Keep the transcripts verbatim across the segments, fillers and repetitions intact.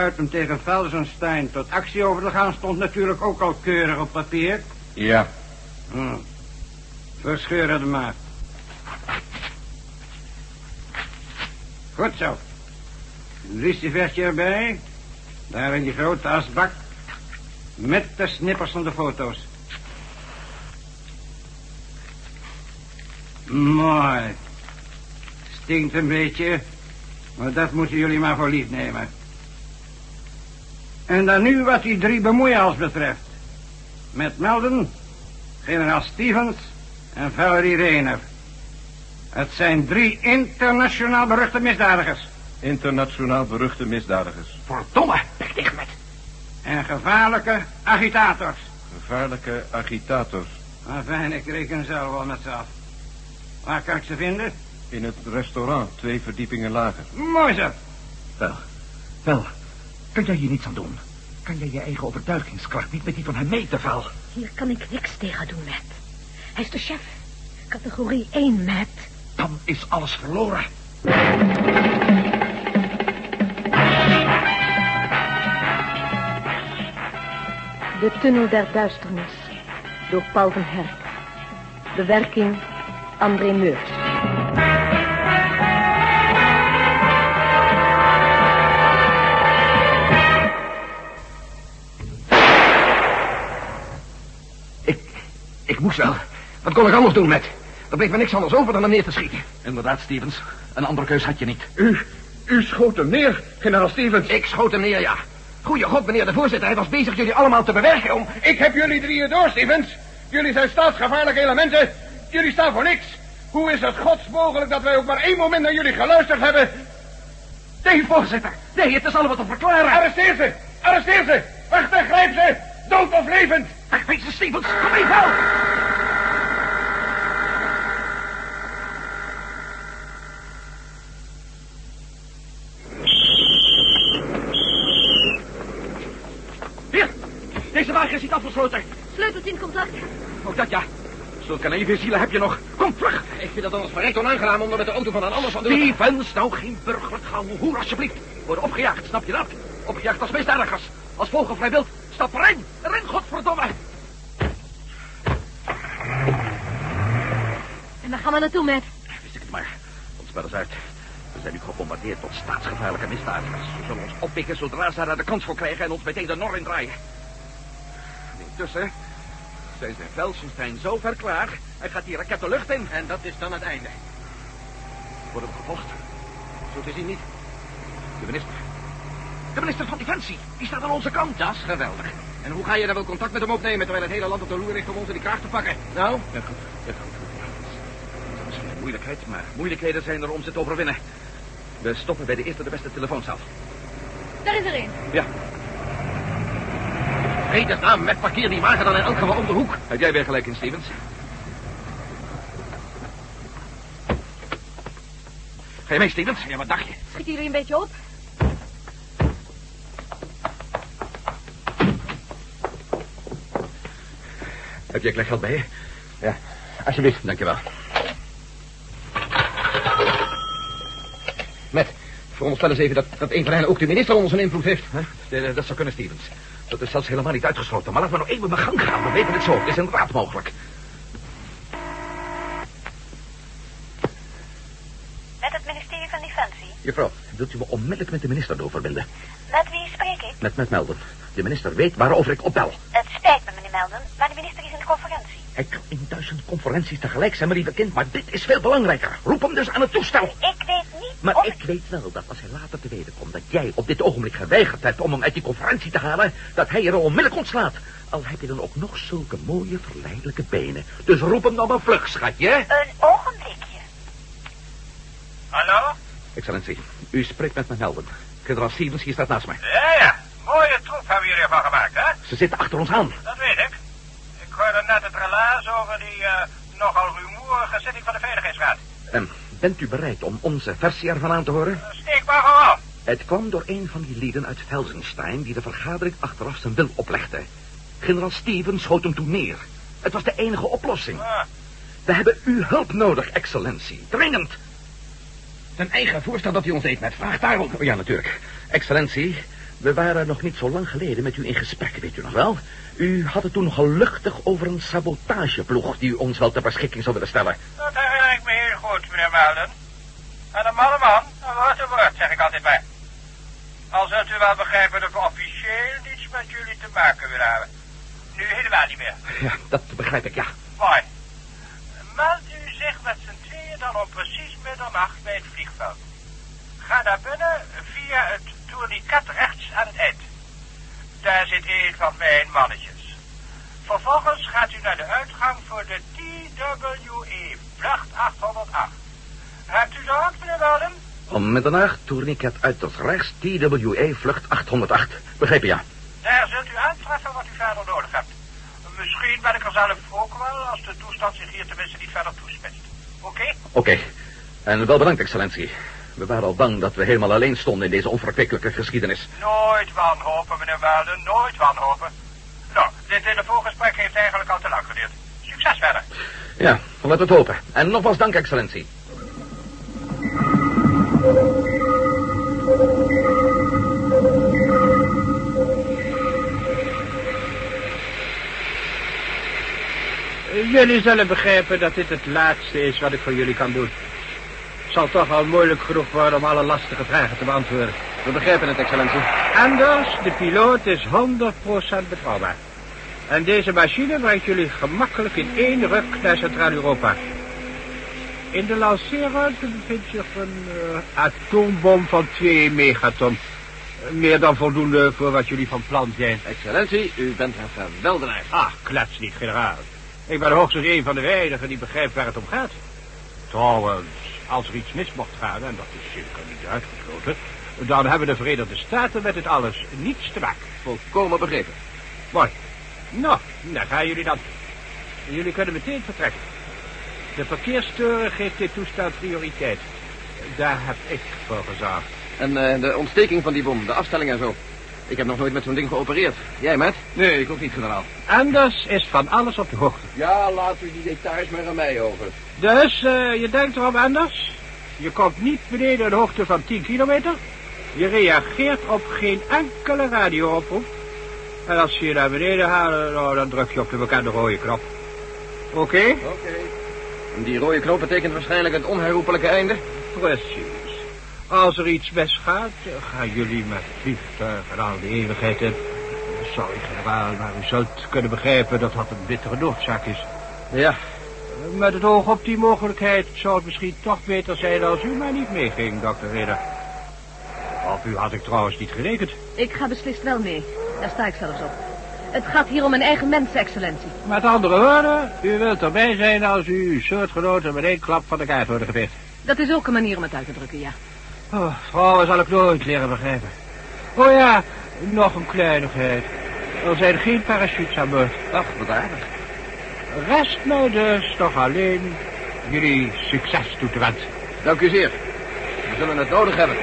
besluit om tegen Felsenstein tot actie over te gaan stond natuurlijk ook al keurig op papier. Ja. Hm. Verscheuren de maar. Goed zo. Een lucifertje erbij. Daar in die grote asbak. Met de snippers van de foto's. Mooi. Stinkt een beetje. Maar dat moeten jullie maar voor lief nemen. En dan nu wat die drie bemoeials betreft. Met Melden, generaal Stevens en Valerie Rayner. Het zijn drie internationaal beruchte misdadigers. Internationaal beruchte misdadigers. Verdomme, bek dicht met. En gevaarlijke agitators. Gevaarlijke agitators. Maar fijn, ik reken zelf wel met ze af. Waar kan ik ze vinden? In het restaurant, twee verdiepingen lager. Mooi zo. Wel, wel, kun jij hier niets aan doen? Kan jij je eigen overtuigingskracht niet met die van hem meten, Val? Hier kan ik niks tegen doen, Matt. Hij is de chef. Categorie één, Matt. Dan is alles verloren. De Tunnel der Duisternis. Door Paul van Herk. Bewerking André Meurs. Ik, ik moest wel. Wat kon ik anders doen, Matt? Er bleef me niks anders over dan hem neer te schieten. Inderdaad, Stevens. Een andere keus had je niet. U, u schoot hem neer, generaal Stevens. Ik schoot hem neer, ja. Goeie god, meneer de voorzitter, hij was bezig jullie allemaal te bewerken om... Ik heb jullie drieën door, Stevens. Jullie zijn staatsgevaarlijke elementen. Jullie staan voor niks. Hoe is het gods mogelijk dat wij ook maar één moment naar jullie geluisterd hebben? Nee, voorzitter. Nee, het is allemaal te verklaren. Arresteer ze. Arresteer ze. Wacht, grijp ze. Dood of levend. Wegwezen, Stevens. Kom mee, Val. Hier. Deze wagen is niet afgesloten. Sleutels in contact. Oh, dat ja. Zulke naïeve zielen heb je nog. Kom, vlug. Ik vind het anders verrekt onaangenaam om er met de auto van een ander van te doen. Stevens, nou geen burgerlijk gehouden hoer, alsjeblieft. Worden opgejaagd, snap je dat? Opgejaagd als misdadigers. Als vogelvrij wild. Stap erin. Erin, godverdomme. En waar gaan we naartoe, Matt? Wist ik het maar. Ons spel is uit. We zijn nu gebombardeerd tot staatsgevaarlijke misdadigers. We zullen ons oppikken zodra ze daar de kans voor krijgen en ons meteen de nor in draaien. En intussen zijn ze in Felsenstein zo ver klaar. Hij gaat die raket de lucht in. En dat is dan het einde. Worden we gevolgd? Zo te zien niet. De minister. De minister van Defensie. Die staat aan onze kant. Dat is geweldig. En hoe ga je dan wel contact met hem opnemen terwijl het hele land op de loer ligt om ons in die kraag te pakken? Nou? Ja, goed. Ja, goed. Dat is misschien een moeilijkheid, maar moeilijkheden zijn er om ze te overwinnen. We stoppen bij de eerste de beste telefooncel. Daar is er een. Ja. Vredesnaam, met parkeer die wagen dan in elk geval om de hoek. Heb jij weer gelijk in, Stevens? Ga je mee, Stevens? Ja, wat dacht je? Schiet jullie een beetje op? Heb jij gelijk geld bij je? Ja, alsjeblieft. Dankjewel. Met, veronderstel eens even dat, dat een van hen ook de minister onder zijn invloed heeft. Huh? Ja, dat zou kunnen, Stevens. Dat is zelfs helemaal niet uitgesloten. Maar laat me nog even mijn gang gaan. We weten het zo. Het is inderdaad mogelijk. Met het ministerie van Defensie? Juffrouw, wilt u me onmiddellijk met de minister doorverbinden? Met wie spreek ik? Met, met Melden. De minister weet waarover ik opbel. Het spijt me, meneer Melden, maar de minister is in de conferentie. Hij kan in duizend conferenties tegelijk zijn, mijn lieve kind. Maar dit is veel belangrijker. Roep hem dus aan het toestel. Ik weet niet Maar of... ik weet wel dat als hij later te weten komt dat jij op dit ogenblik geweigerd hebt om hem uit die conferentie te halen, dat hij er onmiddellijk ontslaat. Al heb je dan ook nog zulke mooie, verleidelijke benen. Dus roep hem dan maar vlug, schatje. Een ogenblikje. Hallo? Excellentie, u spreekt met mijn Melden. Generaal Stevens, hier staat naast mij. Ja, ja. Mooie troep hebben jullie ervan gemaakt, hè? Ze zitten achter ons aan. Dat weet ik. Ik hoorde net het relaas over die uh, nogal rumoerige zitting van de Veiligheidsraad. En bent u bereid om onze versie ervan aan te horen? Steek maar gewoon. Het kwam door een van die lieden uit Felsenstein die de vergadering achteraf zijn wil oplegde. Generaal Stevens schoot hem toen neer. Het was de enige oplossing. Ah. We hebben uw hulp nodig, excellentie. Dringend. Zijn eigen voorstel dat hij ons deed met vraag daarom. Oh, ja, natuurlijk. Excellentie, We waren nog niet zo lang geleden met u in gesprek, weet u nog wel? U had het toen nogal luchtig over een sabotageploeg die u ons wel ter beschikking zou willen stellen. Dat herinner ik me heel goed, meneer Melden. En een malle man, een woord een woord, zeg ik altijd bij. Al zult u wel begrijpen dat we officieel niets met jullie te maken willen hebben. Nu helemaal niet meer. Ja, dat begrijp ik, ja. Mooi. Meld u zich met z'n tweeën dan om precies middernacht bij het vliegveld. Ga naar binnen via het tourniquet rechts aan het eind. Daar zit een van mijn mannetjes. Vervolgens gaat u naar de uitgang voor de T W E, vlucht achthonderdacht. Hebt u dat, meneer Melden? Om middernacht, tourniquet uit tot rechts, T W E, vlucht achthonderdacht. Begrepen, ja. Daar zult u aantreffen wat u verder nodig hebt. Misschien ben ik er zelf ook wel, als de toestand zich hier tenminste niet verder toespitst. Oké? Okay? Oké. Okay. En wel bedankt, excellentie. We waren al bang dat we helemaal alleen stonden in deze onverkwikkelijke geschiedenis. Nooit wanhopen, meneer Melden, nooit wanhopen. Nou, dit telefoongesprek heeft eigenlijk al te lang geduurd. Succes verder. Ja, laten we het hopen. En nogmaals dank, excellentie. Jullie zullen begrijpen dat dit het laatste is wat ik voor jullie kan doen. Het zal toch al moeilijk genoeg worden om alle lastige vragen te beantwoorden. We begrijpen het, excellentie. Anders, de piloot is honderd procent betrouwbaar. En deze machine brengt jullie gemakkelijk in één ruk naar Centraal-Europa. In de lanceerruimte bevindt zich een uh, atoombom van twee megaton. Meer dan voldoende voor wat jullie van plan zijn. Excellentie, u bent een verweldenaar. Ah, klets niet, generaal. Ik ben hoogstens een van de weinigen die begrijpt waar het om gaat. Trouwens, als er iets mis mocht gaan, en dat is zeker niet uitgesloten, dan hebben de Verenigde Staten met dit alles niets te maken. Volkomen begrepen. Mooi. Nou, daar gaan jullie dan. Jullie kunnen meteen vertrekken. De verkeerstoren geeft dit toestel prioriteit. Daar heb ik voor gezorgd. En uh, de ontsteking van die bom, de afstelling en zo. Ik heb nog nooit met zo'n ding geopereerd. Jij, Matt? Nee, ik ook niet, generaal. Anders is van alles op de hoogte. Ja, laat u die details maar aan mij over. Dus, uh, je denkt erom, Anders? Je komt niet beneden een hoogte van tien kilometer. Je reageert op geen enkele radiooproep. En als ze je naar beneden halen, nou, dan druk je op de bekende rode knop. Oké? Okay? Oké. Okay. En die rode knop betekent waarschijnlijk het onherroepelijke einde? Precies. Als er iets misgaat, gaan jullie met vliegtuigen al de eeuwigheid in. Sorry, generaal, maar u zult kunnen begrijpen dat dat een bittere noodzaak is. Ja. Met het oog op die mogelijkheid zou het misschien toch beter zijn als u maar niet meeging, dokter Reder. Op u had ik trouwens niet gerekend. Ik ga beslist wel mee. Daar sta ik zelfs op. Het gaat hier om een eigen mens, excellentie. Met andere woorden, u wilt erbij zijn als u uw soortgenoten met één klap van de kaart worden geveegd. Dat is ook een manier om het uit te drukken, ja. Oh, vrouwen zal ik nooit leren begrijpen. Oh ja, nog een kleinigheid. Er zijn geen parachutes aan boord. Ach, wat aardig. Rest mij dus toch alleen jullie succes toe te wensen. Dank u zeer. We zullen het nodig hebben.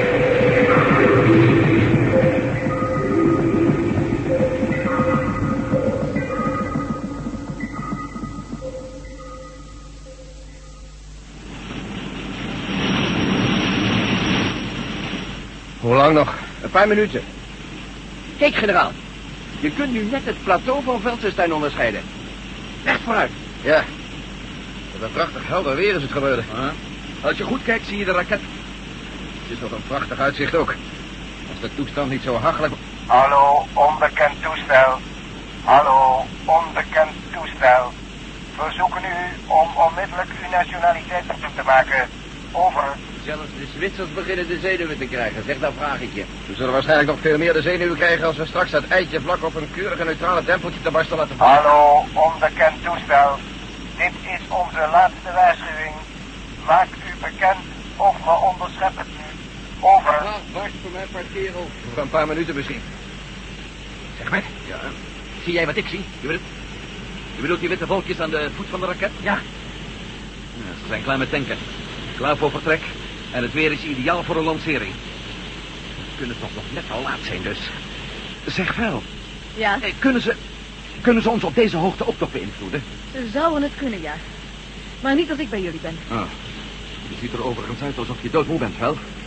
Hoe lang nog? Een paar minuten. Kijk, generaal. Je kunt nu net het plateau van Veldsenstein onderscheiden. Recht vooruit. Ja. Wat een prachtig helder weer is het geworden. Uh-huh. Als je goed kijkt, zie je de raket. Het is nog een prachtig uitzicht ook. Als de toestand niet zo hachelijk... Hallo, onbekend toestel. Hallo, onbekend toestel. Verzoeken u om onmiddellijk uw nationaliteit bekend te maken. Over. Zelfs de Zwitsers beginnen de zenuwen te krijgen, zeg, dan vraag ik je. We zullen waarschijnlijk nog veel meer de zenuwen krijgen als we straks dat eitje vlak op een keurige neutrale tempeltje te barsten laten vallen. Hallo, onbekend toestel. Dit is onze laatste waarschuwing. Maak u bekend of we onderscheppen u. Over. Ja, wacht voor mijn part, kerel. Voor een paar minuten misschien. Zeg maar. Ja. Zie jij wat ik zie? Je bedoelt, je bedoelt die witte wolkjes aan de voet van de raket? Ja. Ja, ze zijn klaar met tanken. Klaar voor vertrek. En het weer is ideaal voor een lancering. We kunnen toch nog net al laat zijn dus. Zeg wel. Ja? Eh, kunnen ze... Kunnen ze ons op deze hoogte ook nog beïnvloeden? Ze zouden het kunnen, ja. Maar niet als ik bij jullie ben. Ah. Je ziet er overigens uit alsof je doodmoe bent, wel? Ik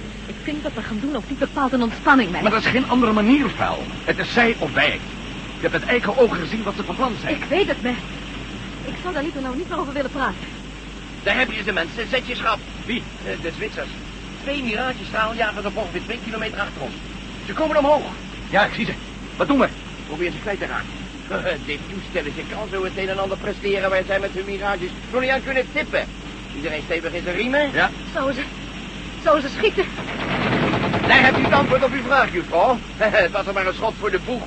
vind wat we gaan doen ook niet bepaald een ontspanning, meid. Maar dat is geen andere manier, vuil. Het is zij of wij. Je hebt met eigen ogen gezien wat ze van plan zijn. Ik weet het, meid. Ik zou daar liever nou niet meer over willen praten. Daar heb je ze, mensen. Zet je schrap. Wie? De, de Zwitsers. Twee Miragestraaljagen op ongeveer twee kilometer achter ons. Ze komen omhoog. Ja, ik zie ze. Wat doen we? Probeer ze kwijt te raken. Dit toestel je kan zo het een en ander presteren waar zij met hun Mirages nog niet aan kunnen tippen. Iedereen stevig in zijn riemen? Ja. Zouden ze... Zouden ze schieten? Daar hebt u het antwoord op uw vraag, juffrouw. Het was er maar een schot voor de boeg.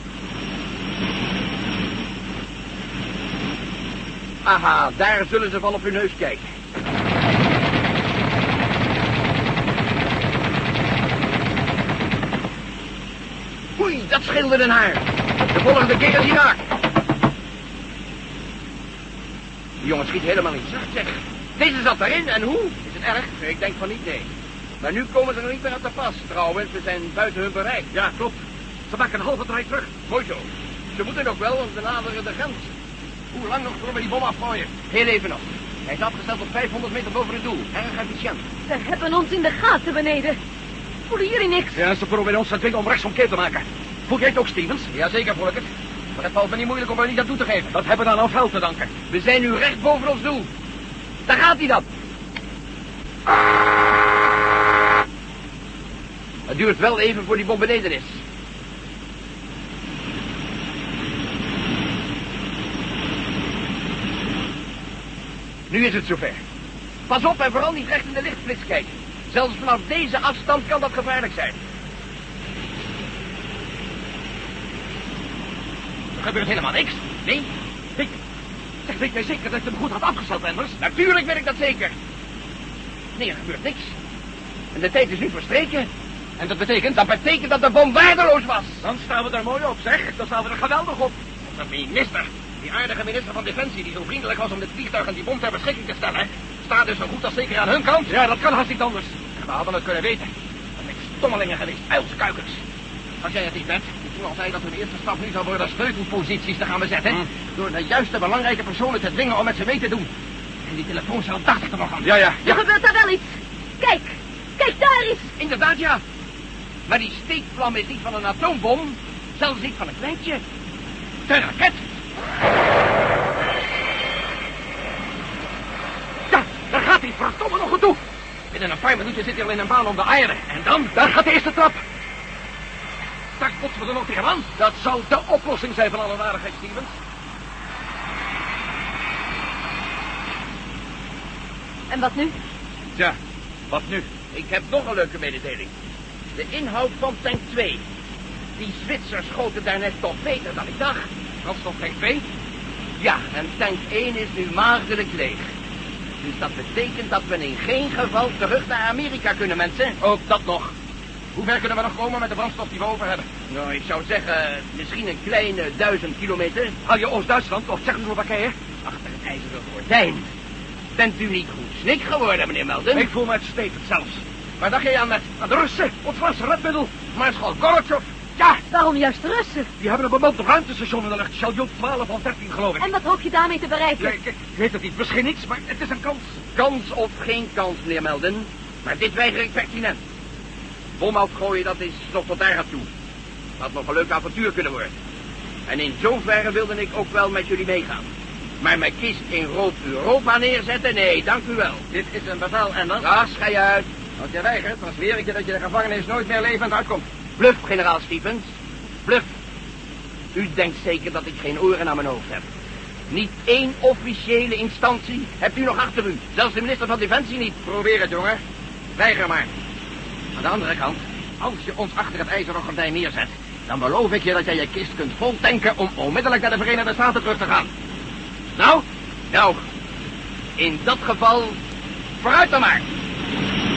Aha, daar zullen ze van op hun neus kijken. Oei, dat scheelde een haar. De volgende keer is hij raak. Die jongen schiet helemaal niet zacht, zeg. Deze zat erin, en hoe? Is het erg? Ik denk van niet, nee. Maar nu komen ze er niet meer aan te pas, trouwens. We zijn buiten hun bereik. Ja, klopt. Ze maken een halve draai terug. Mooi zo. Ze moeten ook wel, want we naderen de grens. Hoe lang nog voor we die bom afgooien? Heel even nog. Hij is afgesteld op vijfhonderd meter boven het doel. Erg efficiënt. Ze hebben ons in de gaten beneden. Voelen jullie niks? Ja, ze proberen ons te dwingen om rechtsomkeer te maken. Voel jij het ook, Stevens? Jazeker, voel ik het. Maar het valt me niet moeilijk om er niet aan toe te geven. Dat hebben we aan vuil te danken. We zijn nu recht boven ons doel. Daar gaat hij dan. Het duurt wel even voor die bom beneden is. Nu is het zover. Pas op en vooral niet recht in de lichtflits kijken. Zelfs vanaf deze afstand kan dat gevaarlijk zijn. Er gebeurt helemaal niks. Nee? Ik... Zeg, weet jij zeker dat je hem goed had afgesteld, Anders? Natuurlijk weet ik dat zeker. Nee, er gebeurt niks. En de tijd is nu verstreken. En dat betekent? Dat betekent dat de bom waardeloos was. Dan staan we er mooi op, zeg. Dan staan we er geweldig op. Onze minister, die aardige minister van Defensie... die zo vriendelijk was om dit vliegtuig en die bom ter beschikking te stellen... staat dus zo goed als zeker aan hun kant. Ja, dat kan haast niet anders. We hadden het kunnen weten. Dat zijn stommelingen geweest, uilskuikens. Als jij het niet bent, die toen al zei dat hun eerste stap nu zou worden... sleutelposities te gaan bezetten... Mm. door de juiste belangrijke personen te dwingen om met ze mee te doen. En die telefooncel dacht ik er nog aan. Ja, ja, ja. Er gebeurt daar wel iets. Kijk, kijk daar eens. Inderdaad, ja. Maar die steekvlam is niet van een atoombom. Zelfs niet van een kleintje. De raket. Ja, daar gaat hij. Verdomme nog goed toe. Binnen een paar minuten zit hij al in een baan om de eieren. En dan, daar gaat de eerste trap. Straks botsen we er nog tegenaan. Dat zou de oplossing zijn van alle waardigheid, Stevens. En wat nu? Ja, wat nu? Ik heb nog een leuke mededeling. De inhoud van tank twee. Die Zwitsers schoten daarnet toch beter dan ik dacht. Brandstof tank twee? Ja, en tank één is nu maagdelijk leeg. Dus dat betekent dat we in geen geval terug naar Amerika kunnen, mensen. Ook dat nog. Hoe ver kunnen we nog komen met de brandstof die we over hebben? Nou, ik zou zeggen, misschien een kleine duizend kilometer. Haal je Oost-Duitsland of Tsjechoslowakije? Achter het ijzeren gordijn. Bent u niet goed snik geworden, meneer Melden? Ik voel me uitstekend zelfs. Waar dacht jij aan met? Aan de Russen, ons Franse redmiddel. Maarschalk Gorbachev. Ja. Waarom juist de Russen? Die hebben een bemand ruimtestation in de lucht. Shaljon twaalf of dertien, geloof ik. En wat hoop je daarmee te bereiken? Ja, ik, ik weet het niet. Misschien niets, maar het is een kans. Kans of geen kans, meneer Melden. Maar dit weiger ik pertinent. Bom uitgooien, dat is nog tot daar aan toe. Dat had nog een leuk avontuur kunnen worden. En in zoverre wilde ik ook wel met jullie meegaan. Maar mijn kist in rood Europa neerzetten? Nee, dank u wel. Dit is een bevel, en dan? Ja, schei uit. Als je weigert, dan zweer ik je dat je de gevangenis nooit meer levend uitkomt. Bluff, generaal Stevens. Bluff. U denkt zeker dat ik geen oren aan mijn hoofd heb. Niet één officiële instantie hebt u nog achter u. Zelfs de minister van Defensie niet. Probeer het, jongen. Weiger maar. Aan de andere kant, als je ons achter het ijzeren gordijn neerzet... dan beloof ik je dat jij je kist kunt vol tanken... om onmiddellijk naar de Verenigde Staten terug te gaan. Nou, nou, in dat geval, vooruit dan maar.